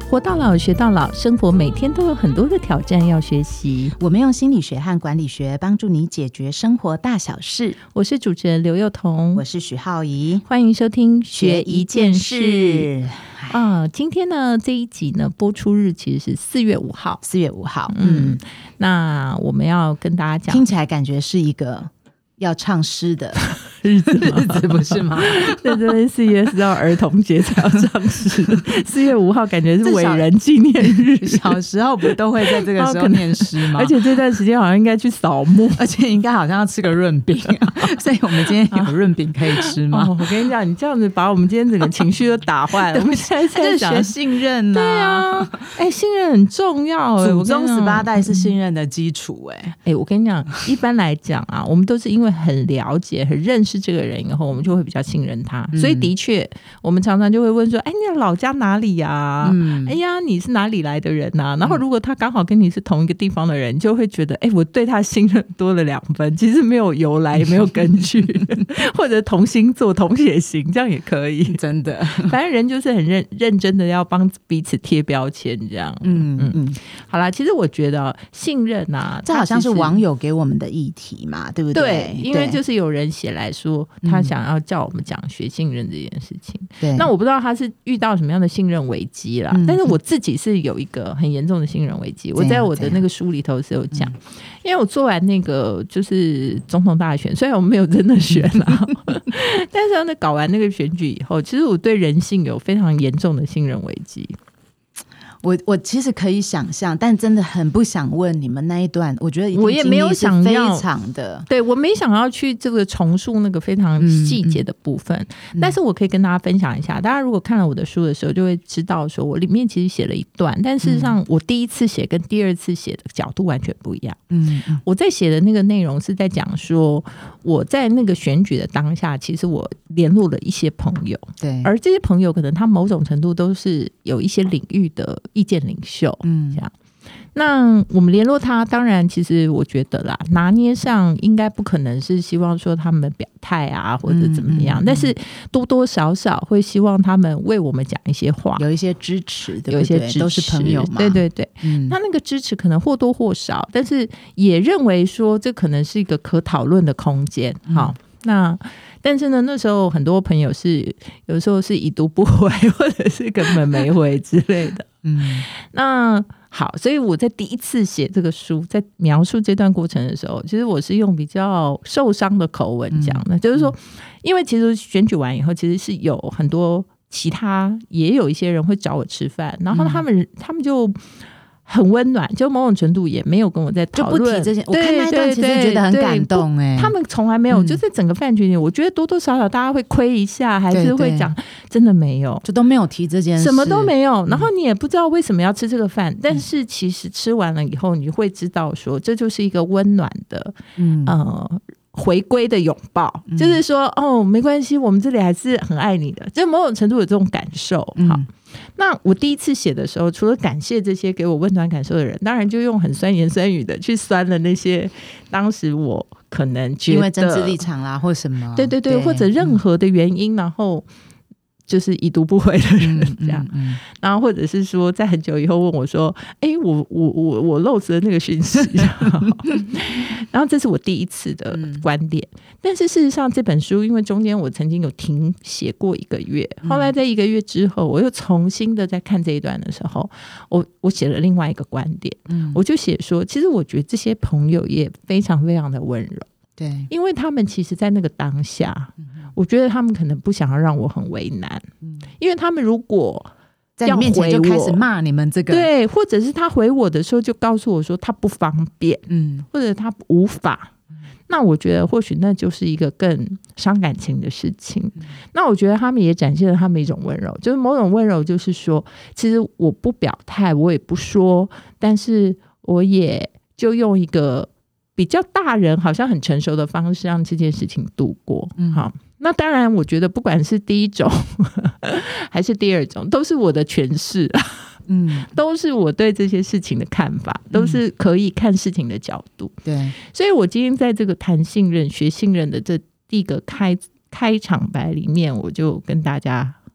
活到老学到老，生活每天都有很多的挑战要学习。 我们用心理学和管理学帮助你解决生活大小事。 我是主持人刘幼彤， 我是许浩怡， 欢迎收听学一件事今天呢这一集呢播出日其实是4月5号。 4月5号， 那我们要跟大家讲， 听起来感觉是一个要唱诗的日子不是吗？ 在这边4月10号儿童节才要唱诗，4月5号感觉是伟人纪念日。 小时候不都会在这个时候念诗吗？ 而且这段时间好像应该去扫墓， 而且应该好像要吃个润饼所以我们今天有润饼可以吃吗？ 我跟你讲，你这样子把我们今天整个情绪都打坏了。我们现在在学信任对啊，信任很重要。 祖宗18代是信任的基础。 我跟你讲，一般来讲啊，我们都是因为很了解、很认识这个人以后，我们就会比较信任他。所以的确，我们常常就会问说：“你的老家哪里呀？哎呀，你是哪里来的人啊？”然后如果他刚好跟你是同一个地方的人，就会觉得我对他信任多了2分。其实没有由来，也没有根据，或者同星座、同血型，这样也可以。 真的， 反正人就是很认真的要帮彼此贴标签，这样。好啦，其实我觉得信任啊， 这好像是网友给我们的议题嘛，对不对？ 对，因为就是有人写来说，他想要叫我们讲学信任这件事情。 对， 那我不知道他是遇到什么样的信任危机啦，但是我自己是有一个很严重的信任危机。我在我的那个书里头是有讲，因为我做完那个就是总统大选，虽然我没有真的选啦但是呢搞完那个选举以后，其实我对人性有非常严重的信任危机。 我其实可以想象，但真的很不想问你们那一段。我觉得我也没有想要非常的， 对，我没想要去这个重述那个非常细节的部分，但是我可以跟大家分享一下。大家如果看了我的书的时候，就会知道说我里面其实写了一段，但事实上我第一次写跟第二次写的角度完全不一样。我在写的那个内容是在讲说，我在那个选举的当下，其实我联络了一些朋友， 对， 而这些朋友可能他某种程度都是有一些领域的意见领袖，这样。那我们联络他，当然其实我觉得啦，拿捏上应该不可能是希望说他们表态啊或者怎么样，但是多多少少会希望他们为我们讲一些话， 有一些支持，对不对？ 有一些支持， 都是朋友嘛。 对对对，那个支持可能或多或少，但是也认为说这可能是一个可讨论的空间。好，那但是呢，那时候很多朋友是有时候是已读不回，或者是根本没回之类的。那好，所以我在第一次写这个书，在描述这段过程的时候，其实我是用比较受伤的口吻讲的，就是说，因为其实选举完以后，其实是有很多其他也有一些人会找我吃饭，然后他们就很温暖，就某种程度也没有跟我在讨论， 就不提这些。我看那段其实觉得很感动他们从来没有，就在整个饭局里，我觉得多多少少大家会亏一下，还是会讲，真的没有， 就都没有提这件事， 什么都没有。然后你也不知道为什么要吃这个饭，但是其实吃完了以后，你会知道说，这就是一个温暖的，回归的拥抱，就是说没关系，我们这里还是很爱你的，就某种程度有这种感受。好，那我第一次写的时候，除了感谢这些给我温暖感受的人，当然就用很酸言酸语的去酸了那些当时我可能觉得因为政治立场啦或什么， 对对对，或者任何的原因，然后就是已读不回的人这样，然后或者是说在很久以后问我说我漏失了那个讯息然后这是我第一次的观点，但是事实上这本书因为中间我曾经有停写过1个月，后来在1个月之后我又重新的在看这一段的时候，我写了另外一个观点，我就写说其实我觉得这些朋友也非常非常的温柔， 对， 因为他们其实在那个当下，我觉得他们可能不想要让我很为难，因为他们如果在你面前就开始骂你们这个， 对，或者是他回我的时候就告诉我说他不方便，或者他无法，那我觉得或许那就是一个更伤感情的事情。那我觉得他们也展现了他们一种温柔，就是某种温柔就是说其实我不表态我也不说，但是我也就用一个比较大人好像很成熟的方式让这件事情度过。好，那当然我觉得不管是第一种还是第二种都是我的诠释都是我对这些事情的看法，都是可以看事情的角度。 对， 所以我今天在这个谈信任学信任的这第一个开场白里面，我就跟大家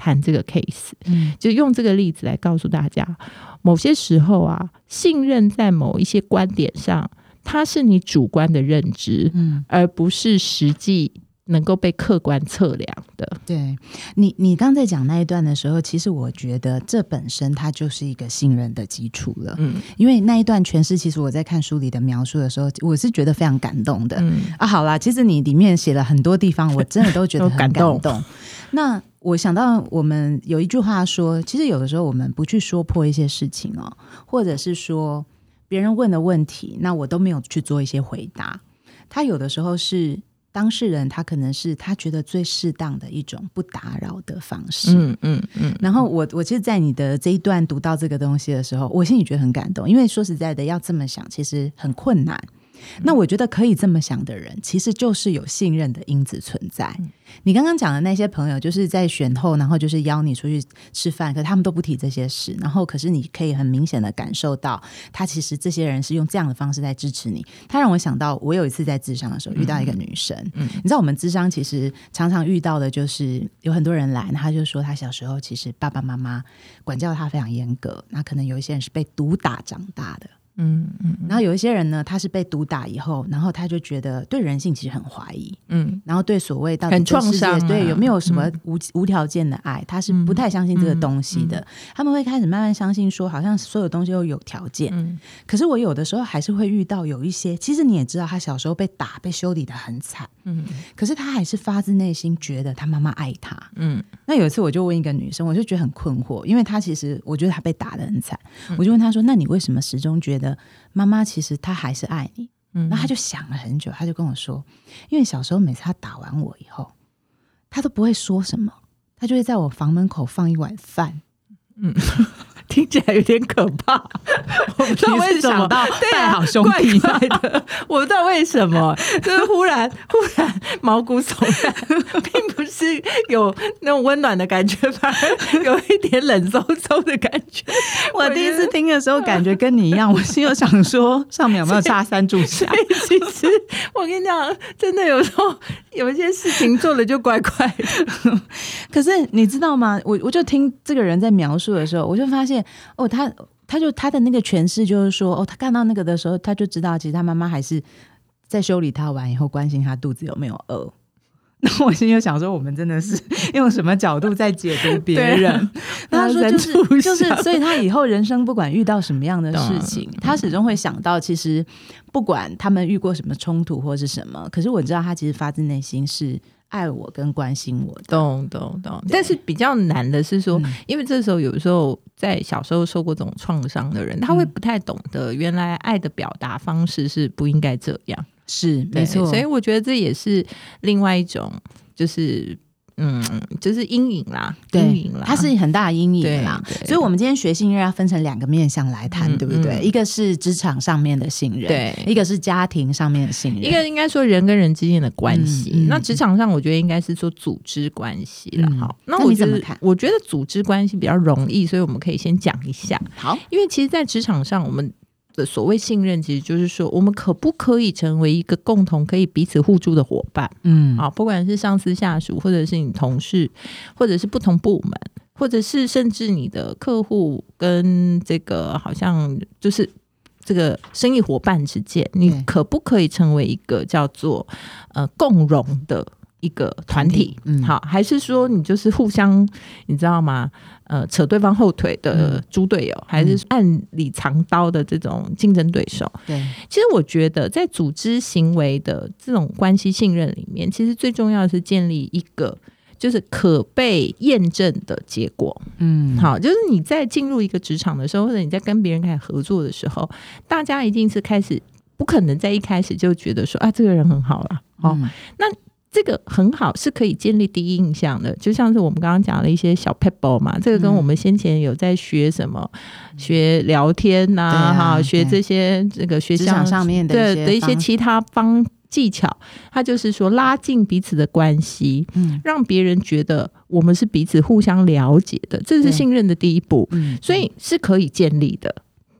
谈这个 case，就用这个例子来告诉大家，某些时候啊，信任在某一些观点上，它是你主观的认知，而不是实际能够被客观测量的。 对，你刚才讲那一段的时候，其实我觉得这本身它就是一个信任的基础了。因为那一段诠释，其实我在看书里的描述的时候，我是觉得非常感动的。好啦，其实你里面写了很多地方，我真的都觉得很感动。那我想到我们有一句话说，其实有的时候我们不去说破一些事情哦，或者是说别人问的问题，那我都没有去做一些回答，他有的时候是当事人他可能是他觉得最适当的一种不打扰的方式。然后我其实在你的这一段读到这个东西的时候，我心里觉得很感动，因为说实在的要这么想其实很困难。那我觉得可以这么想的人其实就是有信任的因子存在。你刚刚讲的那些朋友就是在选后然后就是邀你出去吃饭，可是他们都不提这些事，然后可是你可以很明显的感受到他其实这些人是用这样的方式在支持你。他让我想到我有一次在諮商的时候遇到一个女生，你知道我们諮商其实常常遇到的就是有很多人来，他就说他小时候其实爸爸妈妈管教他非常严格，那可能有一些人是被毒打长大的，然后有一些人呢他是被毒打以后，然后他就觉得对人性其实很怀疑，然后对所谓到底很创伤， 对有没有什么无条件的爱，他是不太相信这个东西的。他们会开始慢慢相信说好像所有东西都有条件。可是我有的时候还是会遇到有一些，其实你也知道他小时候被打被修理的很惨，可是他还是发自内心觉得他妈妈爱他。那有一次我就问一个女生，我就觉得很困惑，因为她其实我觉得她被打得很惨，我就问她说那你为什么始终觉得妈妈其实她还是爱你？然后她就想了很久，她就跟我说，因为小时候每次她打完我以后，她都不会说什么，她就会在我房门口放一碗饭。 听起来有点可怕。我不知道为什么拜好兄弟怪怪的，我不知道为什么，就是忽然毛骨悚然，并不是有那种温暖的感觉，反而有一点冷飕飕的感觉。 我第一次听的时候感觉跟你一样，我心有想说上面有没有插3炷香。 所以其实我跟你讲，真的有时候有一些事情做了就怪怪的。 可是你知道吗，我就听这个人在描述的时候，我就发现他的那个诠释就是说，他看到那个的时候，他就知道其实他妈妈还是在修理他完以后关心他肚子有没有饿。那我心里就想说，我们真的是用什么角度在解读别人？他说就是，所以他以后人生不管遇到什么样的事情，他始终会想到，其实不管他们遇过什么冲突或是什么，可是我知道他其实发自内心是爱我跟关心我的。 懂。但是比较难的是说，因为这时候有时候在小时候受过这种创伤的人，他会不太懂得原来爱的表达方式是不应该这样。 是没错， 所以我觉得这也是另外一种就是就是阴影啦， 它是很大的阴影啦。所以我们今天学信任要分成2个面向来谈，对不对？一个是职场上面的信任，对，一个是家庭上面的信任， 一个应该说人跟人之间的关系。那职场上我觉得应该是说组织关系啦。好，那我觉得组织关系比较容易，所以我们可以先讲一下。 好， 因为其实在职场上我们的所谓信任其实就是说我们可不可以成为一个共同可以彼此互助的伙伴。不管是上司下属，或者是你同事，或者是不同部门，或者是甚至你的客户跟这个好像就是这个生意伙伴之间，你可不可以成为一个叫做共荣的一个团体？好，还是说你就是互相你知道吗扯对方后腿的猪队友，还是暗里藏刀的这种竞争对手？对，其实我觉得在组织行为的这种关系信任里面，其实最重要的是建立一个就是可被验证的结果。好，就是你在进入一个职场的时候，或者你在跟别人开始合作的时候，大家一定是开始不可能在一开始就觉得说这个人很好啦。那这个很好是可以建立第一印象的，就像是我们刚刚讲的一些小 pebble 嘛，这个跟我们先前有在学什么学聊天学这些这个学职场上面的一些其他技巧，它就是说拉近彼此的关系，让别人觉得我们是彼此互相了解的，这是信任的第一步，所以是可以建立的。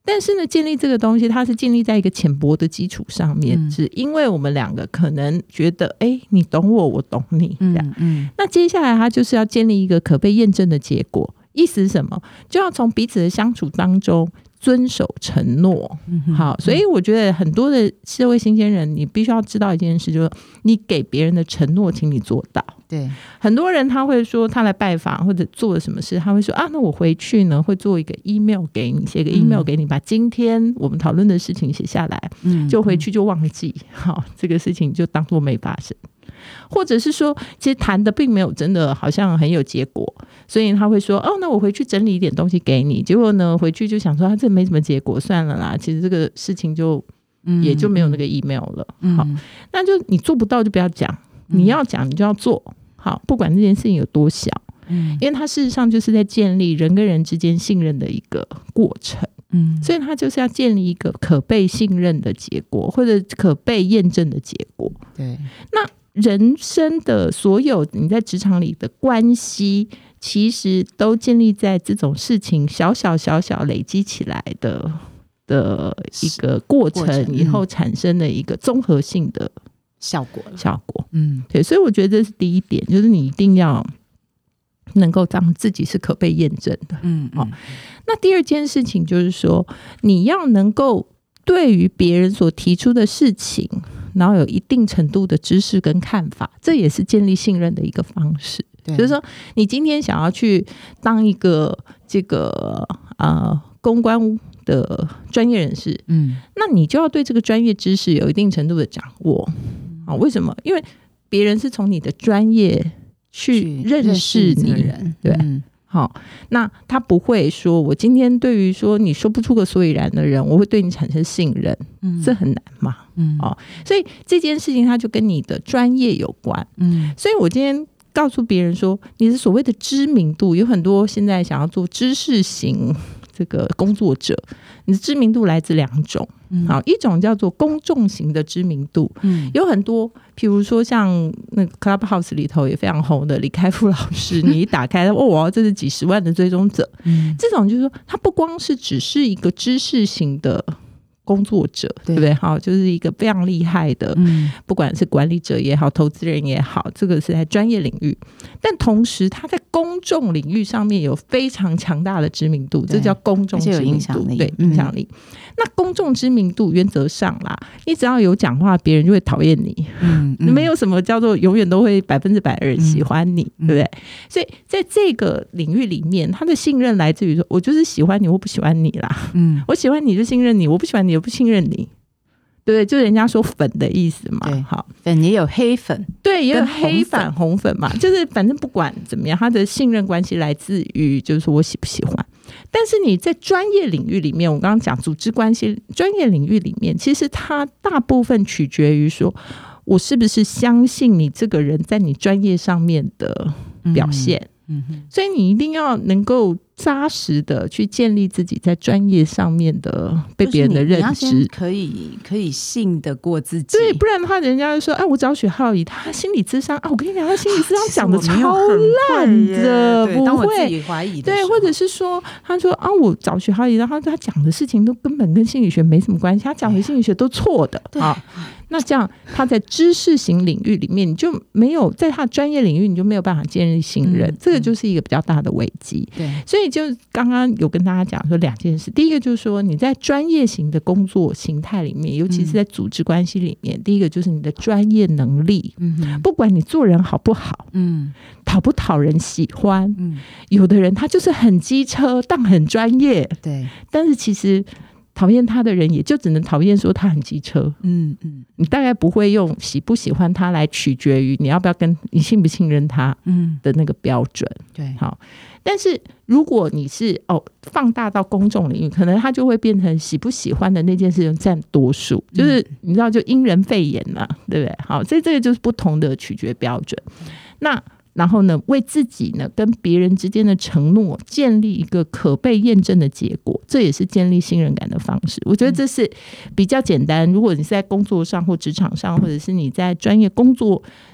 但是呢，建立这个东西，它是建立在一个浅薄的基础上面，是因为我们两个可能觉得，你懂我，我懂你，这样。那接下来，它就是要建立一个可被验证的结果。意思是什么？就要从彼此的相处当中遵守承诺。好，所以我觉得很多的社会新鲜人，你必须要知道一件事，就是你给别人的承诺，请你做到。 对， 很多人他会说，他来拜访或者做了什么事，他会说那我回去呢会做一个 email 给你，写个 email 给你，把今天我们讨论的事情写下来，就回去就忘记，好，这个事情就当作没发生。或者是说其实谈的并没有真的好像很有结果，所以他会说那我回去整理一点东西给你，结果呢回去就想说这没什么结果，算了啦，其实这个事情就也就没有那个 email 了。好，那就你做不到就不要讲，你要讲你就要做好，不管这件事情有多小，因为它事实上就是在建立人跟人之间信任的一个过程。所以它就是要建立一个可被信任的结果，或者可被验证的结果。 对， 那人生的所有你在职场里的关系，其实都建立在这种事情小小累积起来的一个过程以后产生的一个综合性的效果。对，所以我觉得这是第一点，就是你一定要能够让自己是可被验证的。那第二件事情就是说，你要能够对于别人所提出的事情，然后有一定程度的知识跟看法，这也是建立信任的一个方式。就是说你今天想要去当一个这个公关的专业人士，那你就要对这个专业知识有一定程度的掌握。为什么？因为别人是从你的专业去认识你，对。好，那他不会说我今天对于说你说不出个所以然的人，我会对你产生信任，这很难嘛。所以这件事情它就跟你的专业有关。所以我今天告诉别人说，你的所谓的知名度，有很多现在想要做知识型这个工作者，你的知名度来自两种。好，一种叫做公众型的知名度，有很多，譬如说像那个 Clubhouse 里头也非常红的李开复老师，你一打开这是几十万的追踪者，这种就是说他不光是只是一个知识型的工作者， 对不对？好，就是一个非常厉害的，不管是管理者也好，投资人也好，这个是在专业领域，但同时他在公众领域上面有非常强大的知名度，这叫公众知名度，对，影响力。那公众知名度原则上啦，你只要有讲话，别人就会讨厌你，没有什么叫做永远都会100%的人喜欢你，对不对？所以在这个领域里面，他的信任来自于说，我就是喜欢你，我不喜欢你啦，我喜欢你就信任你，我不喜欢你，我不信任你，对不对？就人家说粉的意思嘛。好， 粉也有黑粉， 对，也有黑粉红粉嘛，就是反正不管怎么样，他的信任关系来自于就是说我喜不喜欢。但是你在专业领域里面，我刚刚讲组织关系专业领域里面，其实它大部分取决于说我是不是相信你这个人在你专业上面的表现。所以你一定要能够扎实的去建立自己在专业上面的被别人的认知， 就是你可以信得过自己， 对，不然的话人家就说我找许浩怡，他心理咨商我跟你讲，他心理咨商讲的超烂的，不会， 当我自己怀疑的时候， 对，或者是说他说我找许浩怡，然后他讲的事情都根本跟心理学没什么关系，他讲的心理学都错的那这样他在知识型领域里面，你就没有在他专业领域，你就没有办法建立信任，这个就是一个比较大的危机。 对， 所以就刚刚有跟大家讲说两件事，第一个就是说你在专业型的工作形态里面，尤其是在组织关系里面，第一个就是你的专业能力，不管你做人好不好，讨不讨人喜欢，有的人他就是很机车但很专业，对，但是其实讨厌他的人也就只能讨厌说他很机车，你大概不会用喜不喜欢他来取决于你要不要跟你信不信任他的那个标准，对，好。但是如果你是放大到公众领域，可能他就会变成喜不喜欢的那件事情占多数，就是你知道就因人废言嘛，对不对？好，所以这个就是不同的取决标准。那然后呢，为自己呢跟别人之间的承诺建立一个可被验证的结果，这也是建立信任感的方式。我觉得这是比较简单，如果你是在工作上或职场上，或者是你在专业工作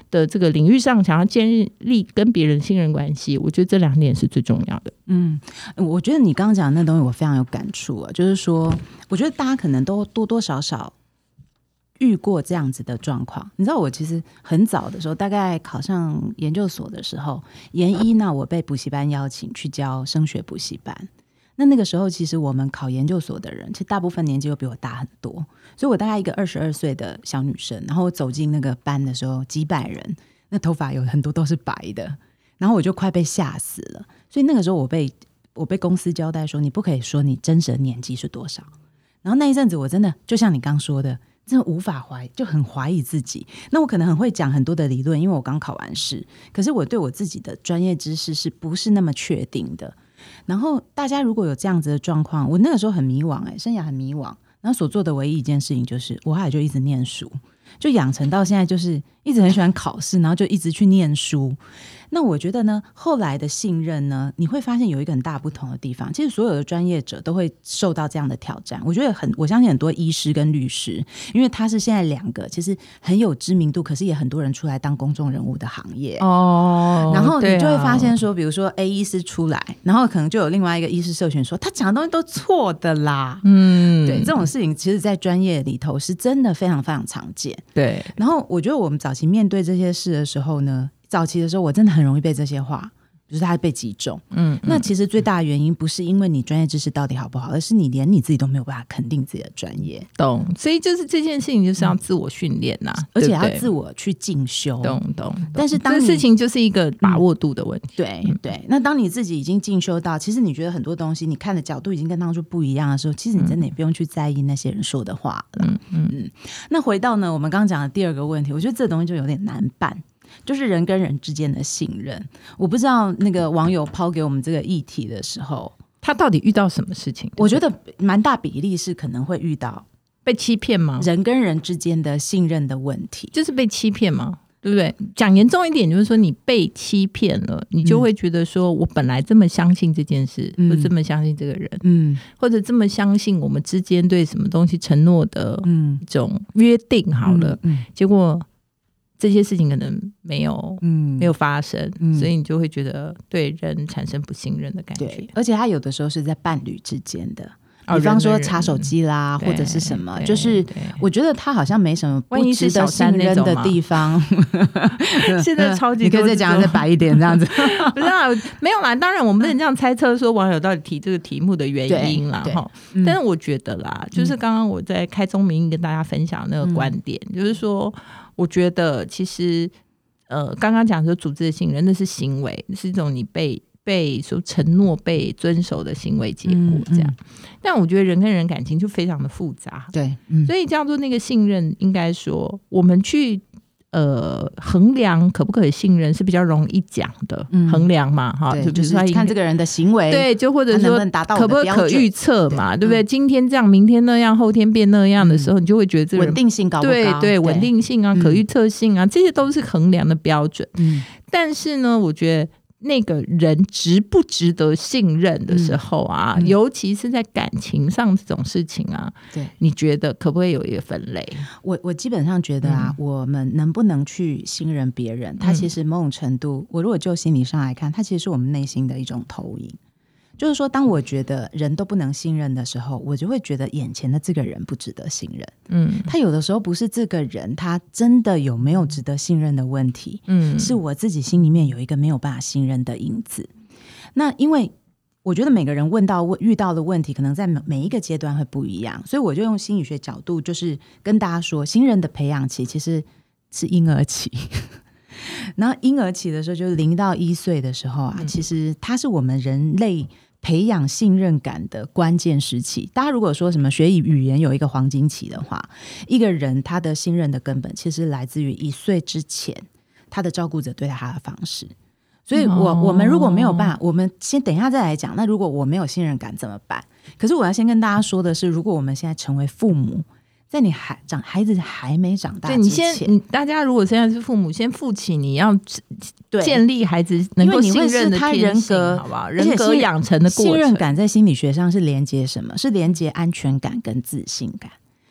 的这个领域上想要建立跟别人信任关系，我觉得这2点是最重要的。 我觉得你刚刚讲的那东西我非常有感触啊，就是说我觉得大家可能都多多少少遇过这样子的状况。你知道我其实很早的时候，大概考上研究所的时候，研一呢我被补习班邀请去教升学补习班。那个时候其实我们考研究所的人其实大部分年纪都比我大很多，所以我大概一个22岁的小女生，然后我走进那个班的时候几百人，那头发有很多都是白的，然后我就快被吓死了。所以那个时候我被公司交代说你不可以说你真实的年纪是多少，然后那一阵子我真的就像你刚说的真的无法就很怀疑自己。那我可能很会讲很多的理论，因为我刚考完试，可是我对我自己的专业知识是不是那么确定的。然后大家如果有这样子的状况，我那个时候很迷惘，生涯很迷惘，然后所做的唯一一件事情就是我后来就一直念书，就养成到现在就是一直很喜欢考试，然后就一直去念书。那我觉得呢，后来的信任呢，你会发现有一个很大不同的地方，其实所有的专业者都会受到这样的挑战。我觉得我相信很多医师跟律师，因为他是现在2个其实很有知名度，可是也很多人出来当公众人物的行业然后你就会发现说，比如说 A 医师出来，然后可能就有另外一个医师社群说他讲的东西都错的啦。对，这种事情其实在专业里头是真的非常非常常见。 对， 然后我觉得我们早期面对这些事的时候呢，早期的时候我真的很容易被这些话就是它被击中。那其实最大的原因不是因为你专业知识到底好不好，而是你连你自己都没有办法肯定自己的专业。 懂，所以就是这件事情就是要自我训练而且要自我去进修。 懂。 但是当这事情就是一个把握度的问题。 对。那当你自己已经进修到，其实你觉得很多东西你看的角度已经跟当初不一样的时候，其实你真的也不用去在意那些人说的话了。那回到呢我们刚刚讲的第2个问题，我觉得这东西就有点难办，就是人跟人之间的信任。我不知道那个网友抛给我们这个议题的时候， 他到底遇到什么事情？ 我觉得蛮大比例是可能会遇到被欺骗吗？ 人跟人之间的信任的问题， 就是被欺骗吗？对不对？讲严重一点，就是说你被欺骗了，你就会觉得说我本来这么相信这件事，或这么相信这个人，或者这么相信我们之间对什么东西承诺的一种约定好了，结果这些事情可能没有发生，所以你就会觉得对人产生不信任的感觉。 对，而且他有的时候是在伴侣之间的，比方说查手机啦，或者是什么，就是我觉得他好像没什么不值得信任的地方。 现在超级多， 你可以再讲得再白一点这样子。 不是没有啦，当然我们不能这样猜测说网友到底提这个题目的原因啦。但是我觉得啦，就是刚刚我在开宗明义跟大家分享那个观点，就是说我觉得其实刚刚讲说组织的信任那是行为，是一种你被说承诺被遵守的行为结果这样。但我觉得人跟人感情就非常的复杂。 对， 所以叫做那个信任，应该说我们去衡量可不可以信任是比较容易讲的，衡量嘛哈， 就是看这个人的行为， 对，就或者说可不可预测嘛，对不对？今天这样，明天那样，后天变那样的时候，你就会觉得这个人稳定性高不高？ 对，稳定性啊，可预测性啊，这些都是衡量的标准。但是呢，我觉得那个人值不值得信任的时候啊，尤其是在感情上这种事情啊，对，你觉得可不可以有一个分类？ 我基本上觉得啊，我们能不能去信任别人，它其实某种程度，我如果就心理上来看，它其实是我们内心的一种投影。就是说当我觉得人都不能信任的时候，我就会觉得眼前的这个人不值得信任。他有的时候不是这个人他真的有没有值得信任的问题，是我自己心里面有一个没有办法信任的因子。那因为我觉得每个人遇到的问题可能在每一个阶段会不一样，所以我就用心理学角度就是跟大家说，信任的培养期其实是婴儿期。然后婴儿期的时候就是0到1岁的时候啊，其实它是我们人类培养信任感的关键时期。大家如果说什么学语言有一个黄金期的话，一个人他的信任的根本其实来自于1岁之前他的照顾者对他的方式。所以我们如果没有办法，我们先等一下再来讲，那如果我没有信任感怎么办？可是我要先跟大家说的是，如果我们现在成为父母，在你孩子还没长大之前， 大家如果现在是父母，先负起你要建立孩子能够信任的天性，好不好？人格养成的过程。 信任感在心理学上是连接什么？是连接安全感跟自信感。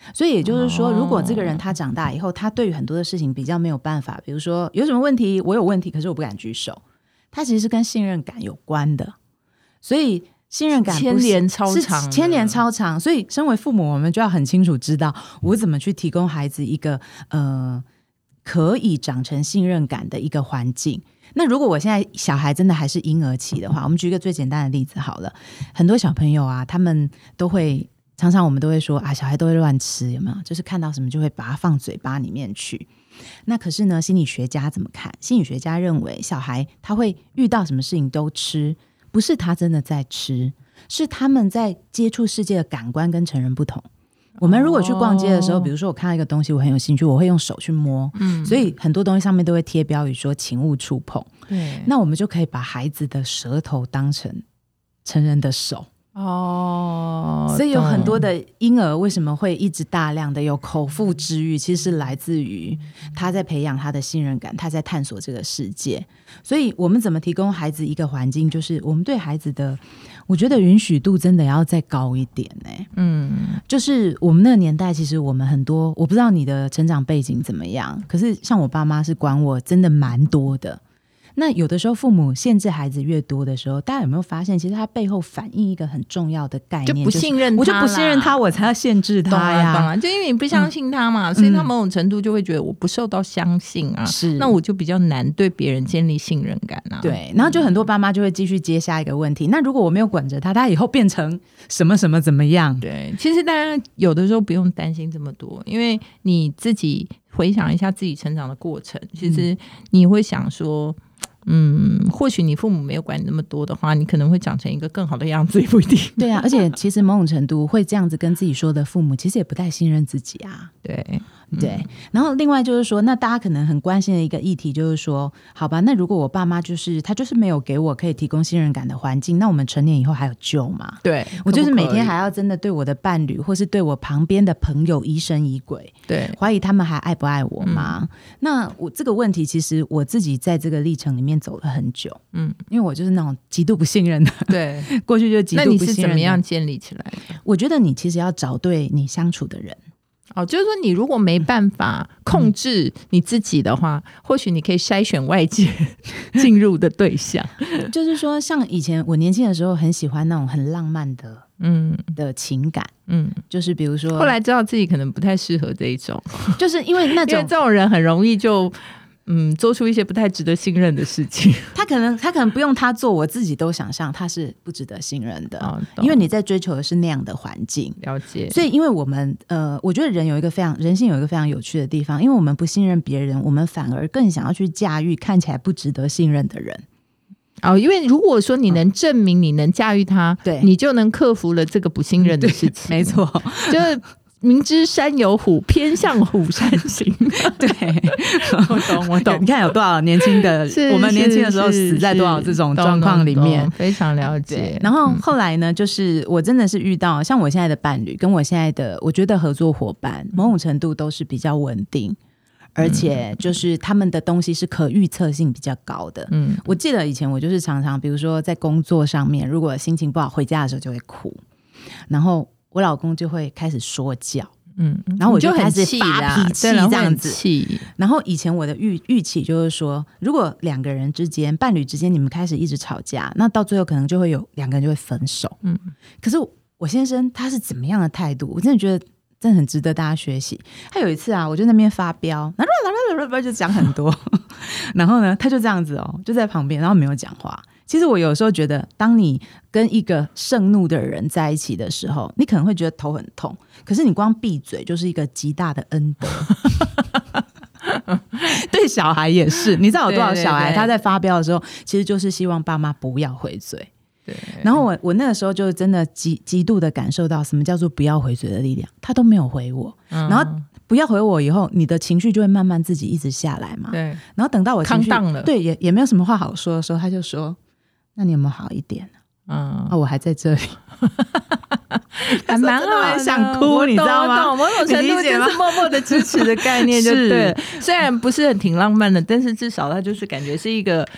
所以也就是说，如果这个人他长大以后，他对于很多的事情比较没有办法，比如说有什么问题，我有问题，可是我不敢举手，他其实是跟信任感有关的。所以信任感牵连超长， 是牵连超长。所以身为父母，我们就要很清楚知道我怎么去提供孩子一个可以长成信任感的一个环境。那如果我现在小孩真的还是婴儿期的话，我们举一个最简单的例子好了。很多小朋友啊，他们都会常常我们都会说啊，小孩都会乱吃，有没有？就是看到什么就会把它放嘴巴里面去。那可是呢，心理学家怎么看？心理学家认为，小孩他会遇到什么事情都吃，不是他真的在吃，是他们在接触世界的感官跟成人不同。我们如果去逛街的时候，比如说我看到一个东西我很有兴趣，我会用手去摸，所以很多东西上面都会贴标语说请勿触碰。对，那我们就可以把孩子的舌头当成成人的手。所以有很多的婴儿为什么会一直大量的有口腹之欲，其实是来自于他在培养他的信任感，他在探索这个世界。所以我们怎么提供孩子一个环境，就是我们对孩子的我觉得允许度真的要再高一点就是我们那个年代，其实我们很多，我不知道你的成长背景怎么样，可是像我爸妈是管我真的蛮多的。那有的时候父母限制孩子越多的时候，大家有没有发现其实他背后反映一个很重要的概念， 就不信任他， 我就不信任他，我才要限制他呀。 当然就因为你不相信他嘛，所以他某种程度就会觉得我不受到相信啊，是，那我就比较难对别人建立信任感啊。 对，然后就很多爸妈就会继续接下一个问题，那如果我没有管着他，他以后变成什么什么怎么样？ 对，其实当然有的时候不用担心这么多，因为你自己回想一下自己成长的过程，其实你会想说或许你父母没有管你那么多的话，你可能会长成一个更好的样子，也不一定。 对啊，而且其实某种程度会这样子跟自己说的父母，其实也不太信任自己啊。对，然后另外就是说，那大家可能很关心的一个议题就是说，好吧，那如果我爸妈他就是没有给我可以提供信任感的环境，那我们成年以后还有救吗？ 对， 我就是每天还要真的对我的伴侣或是对我旁边的朋友疑神疑鬼，对，怀疑他们还爱不爱我吗？那我这个问题其实我自己在这个历程里面走了很久，因为我就是那种极度不信任的，对，过去就极度不信任的。 那你是怎么样建立起来的？ 我觉得你其实要找对你相处的人。 就是说你如果没办法控制你自己的话，或许你可以筛选外界进入的对象。 就是说像以前我年轻的时候很喜欢那种很浪漫的的情感，就是比如说后来知道自己可能不太适合这一种， 就是因为那种因为这种人很容易就做出一些不太值得信任的事情。 他可能不用他做，我自己都想象他是不值得信任的，因为你在追求的是那样的环境。 了解。 所以因为我们我觉得人性有一个非常有趣的地方，因为我们不信任别人，我们反而更想要去驾驭看起来不值得信任的人。 因为如果说你能证明你能驾驭他，对，你就能克服了这个不信任的事情。 没错， 就是明知山有虎，偏向虎山行。 对，我懂。你看有多少年轻的，我们年轻的时候死在多少这种状况里面， 非常了解。 然后后来呢，就是我真的是遇到像我现在的伴侣，跟我现在的我觉得合作伙伴，某种程度都是比较稳定。而且就是他们的东西是可预测性比较高的。我记得以前我就是常常比如说在工作上面，如果心情不好回家的时候就会哭，然后我老公就会开始说教，然后我就开始发脾气这样子。然后以前我的预期就是说，如果两个人之间伴侣之间你们开始一直吵架，那到最后可能就会有两个人就会分手。可是我先生他是怎么样的态度，我真的觉得真的很值得大家学习。他有一次啊，我就在那边发飙，就讲很多然后呢他就这样子就在旁边，然后没有讲话。其实我有时候觉得，当你跟一个盛怒的人在一起的时候，你可能会觉得头很痛，可是你光闭嘴就是一个极大的恩德对小孩也是，你知道有多少小孩他在发飙的时候其实就是希望爸妈不要回嘴。然后我那个时候就真的极度的感受到什么叫做不要回嘴的力量，他都没有回我，然后不要回我以后，你的情绪就会慢慢自己一直下来嘛。对，然后等到我情绪了，对，也没有什么话好说的时候，他就说：“那你有没有好一点？”我还在这里，还蛮好的，想哭，你知道吗？ 某种程度就是默默的支持的概念，就对了。虽然不是很挺浪漫的，但是至少他就是感觉是一个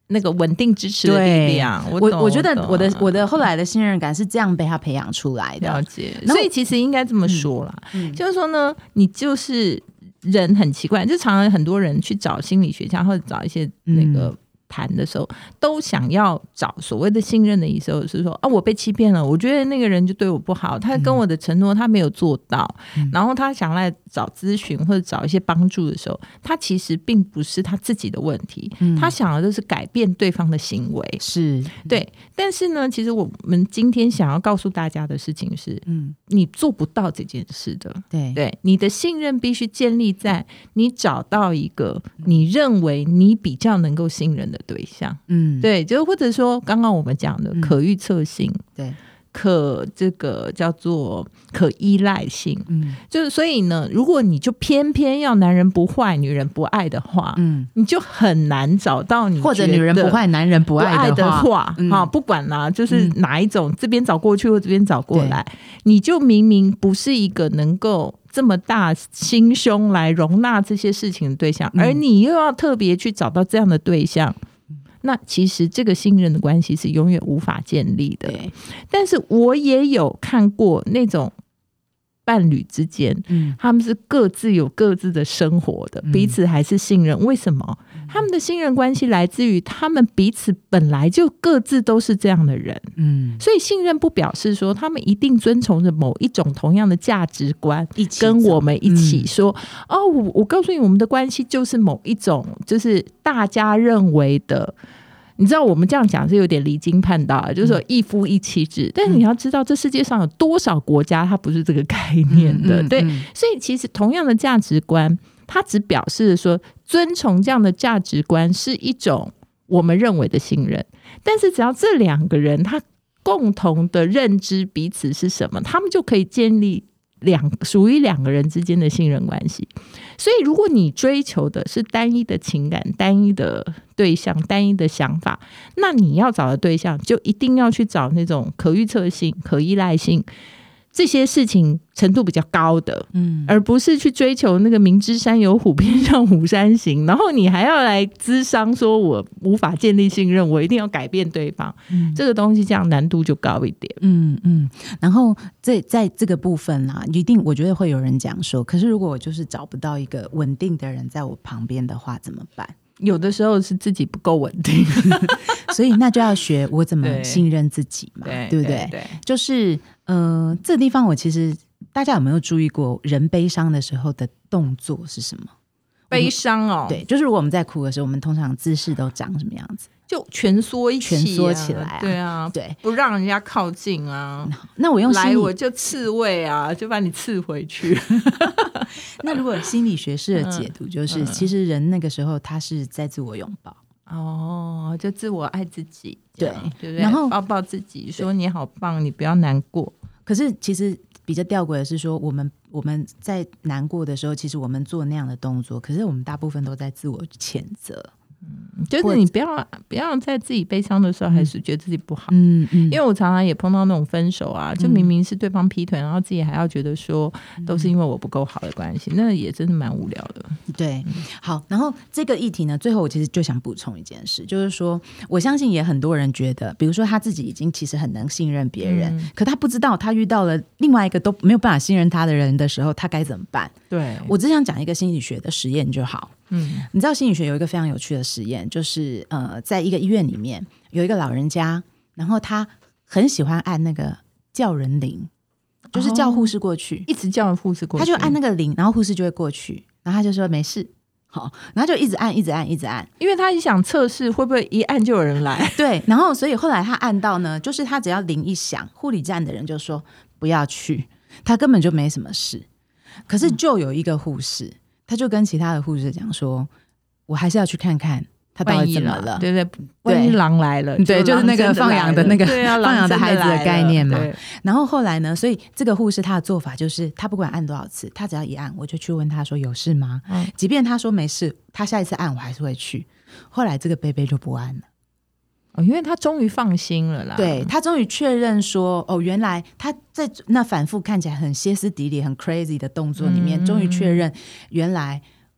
那个稳定支持的力量。 我觉得我的后来的信任感是这样被他培养出来的。 了解，所以其实应该这么说啦，就是说呢，你就是人很奇怪，就常常很多人去找心理学家或者找一些那个谈的时候，都想要找所谓的信任的意思，是说啊，我被欺骗了，我觉得那个人就对我不好，他跟我的承诺他没有做到，然后他想来找咨询或者找一些帮助的时候，他其实并不是他自己的问题，他想的就是改变对方的行为， 是对。但是呢，其实我们今天想要告诉大家的事情是，你做不到这件事的，对，你的信任必须建立在你找到一个你认为你比较能够信任的对象，对，就或者说刚刚我们讲的可预测性，对，这个叫做可依赖性，就是所以呢，如果你就偏偏要男人不坏女人不爱的话，你就很难找到你或者女人不坏男人不爱的话， 不管啦，就是哪一种，这边找过去或这边找过来，你就明明不是一个能够这么大心胸来容纳这些事情的对象，而你又要特别去找到这样的对象，那其实这个信任的关系是永远无法建立的。但是我也有看过那种伴侣之间，他们是各自有各自的生活的，彼此还是信任。为什么？他们的信任关系来自于他们彼此本来就各自都是这样的人，所以信任不表示说他们一定遵从着某一种同样的价值观跟我们一起说，我告诉你我们的关系就是某一种就是大家认为的，你知道我们这样讲是有点离经叛道，就是说一夫一妻制，但是你要知道这世界上有多少国家它不是这个概念的，对，所以其实同样的价值观它只表示说遵从这样的价值观是一种我们认为的信任，但是只要这两个人他共同的认知彼此是什么，他们就可以建立属于两个人之间的信任关系。所以如果你追求的是单一的情感、单一的对象、单一的想法，那你要找的对象就一定要去找那种可预测性、可依赖性这些事情程度比较高的，而不是去追求那个明知山有虎偏向虎山行，然后你还要来咨商说我无法建立信任，我一定要改变对方，这个东西这样难度就高一点。 然后在这个部分啦，一定我觉得会有人讲说，可是如果我就是找不到一个稳定的人在我旁边的话怎么办？ 有的时候是自己不够稳定所以那就要学我怎么信任自己嘛， 对不对？就是这地方我其实大家有没有注意过人悲伤的时候的动作是什么？ 悲伤对，就是如果我们在哭的时候，我们通常姿势都长什么样子？ 就蜷缩起来对啊， 对， 不让人家靠近啊。 那我用来我就刺猬啊，就把你刺回去那如果心理学式的解读就是其实人那个时候他是在自我拥抱， 就自我爱自己， 对对不对？然后抱抱自己说你好棒，你不要难过。 可是其实比较吊诡的是说我们在难过的时候，其实我们做那样的动作，可是我们大部分都在自我谴责， 就是你不要在自己悲伤的时候还是觉得自己不好，因为我常常也碰到那种分手啊，就明明是对方劈腿，然后自己还要觉得说都是因为我不够好的关系，那也真的蛮无聊的。 对，好，然后这个议题呢，最后我其实就想补充一件事，就是说我相信也很多人觉得，比如说他自己已经其实很能信任别人，可他不知道他遇到了另外一个都没有办法信任他的人的时候他该怎么办。 对， 我只想讲一个心理学的实验就好。你知道心理学有一个非常有趣的实验，就是在一个医院里面有一个老人家，然后他很喜欢按那个叫人铃，就是叫护士过去， 一直叫护士过去， 他就按那个铃，然后护士就会过去，然后他就说没事，好，然后就一直按一直按一直按， 因为他想测试会不会一按就有人来对，然后所以后来他按到呢，就是他只要铃一响，护理站的人就说不要去，他根本就没什么事。可是就有一个护士，他就跟其他的护士讲说，我还是要去看看他到底怎么了， 对对，万一狼来了， 对，就是那个放养的那个放养的孩子的概念嘛。然后后来呢，所以这个护士他的做法就是，他不管按多少次，他只要一按，我就去问他说有事吗？即便他说没事，他下一次按我还是会去。后来这个贝贝就不按了。 因为他终于放心了啦， 对，他终于确认说原来他在那反复看起来很歇斯底里很 crazy 的动作里面终于确认原来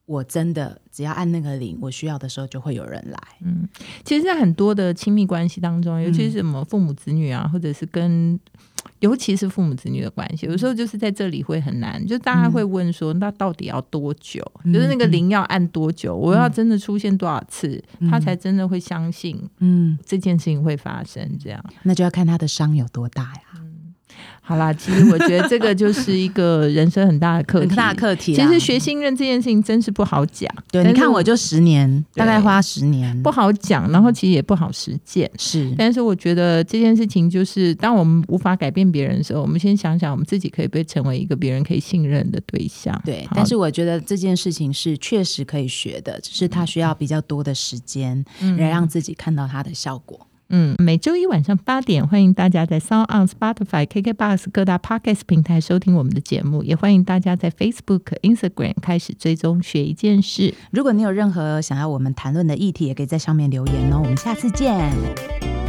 我真的只要按那个铃，我需要的时候就会有人来。 其实在很多的亲密关系当中，尤其是什么父母子女啊，或者是尤其是父母子女的关系，有时候就是在这里会很难，就大家会问说，那到底要多久？就是那个铃要按多久？我要真的出现多少次，他才真的会相信这件事情会发生？这样， 那就要看他的伤有多大呀。 好啦，其实我觉得这个就是一个人生很大的课题， 很大的课题。 其实学信任这件事情真是不好讲。 对，你看我就10年，大概花10年， 不好讲，然后其实也不好实践。 是， 但是我觉得这件事情就是，当我们无法改变别人的时候，我们先想想我们自己可以被成为一个别人可以信任的对象。 对，但是我觉得这件事情是确实可以学的，只是它需要比较多的时间，来让自己看到它的效果。 每周一晚上8点，欢迎大家在 SoundOn、Spotify、KKBOX 各大 Podcast 平台收听我们的节目，也欢迎大家在 Facebook、Instagram 开始追踪学一件事。 如果你有任何想要我们谈论的议题，也可以在上面留言哦。我们下次见。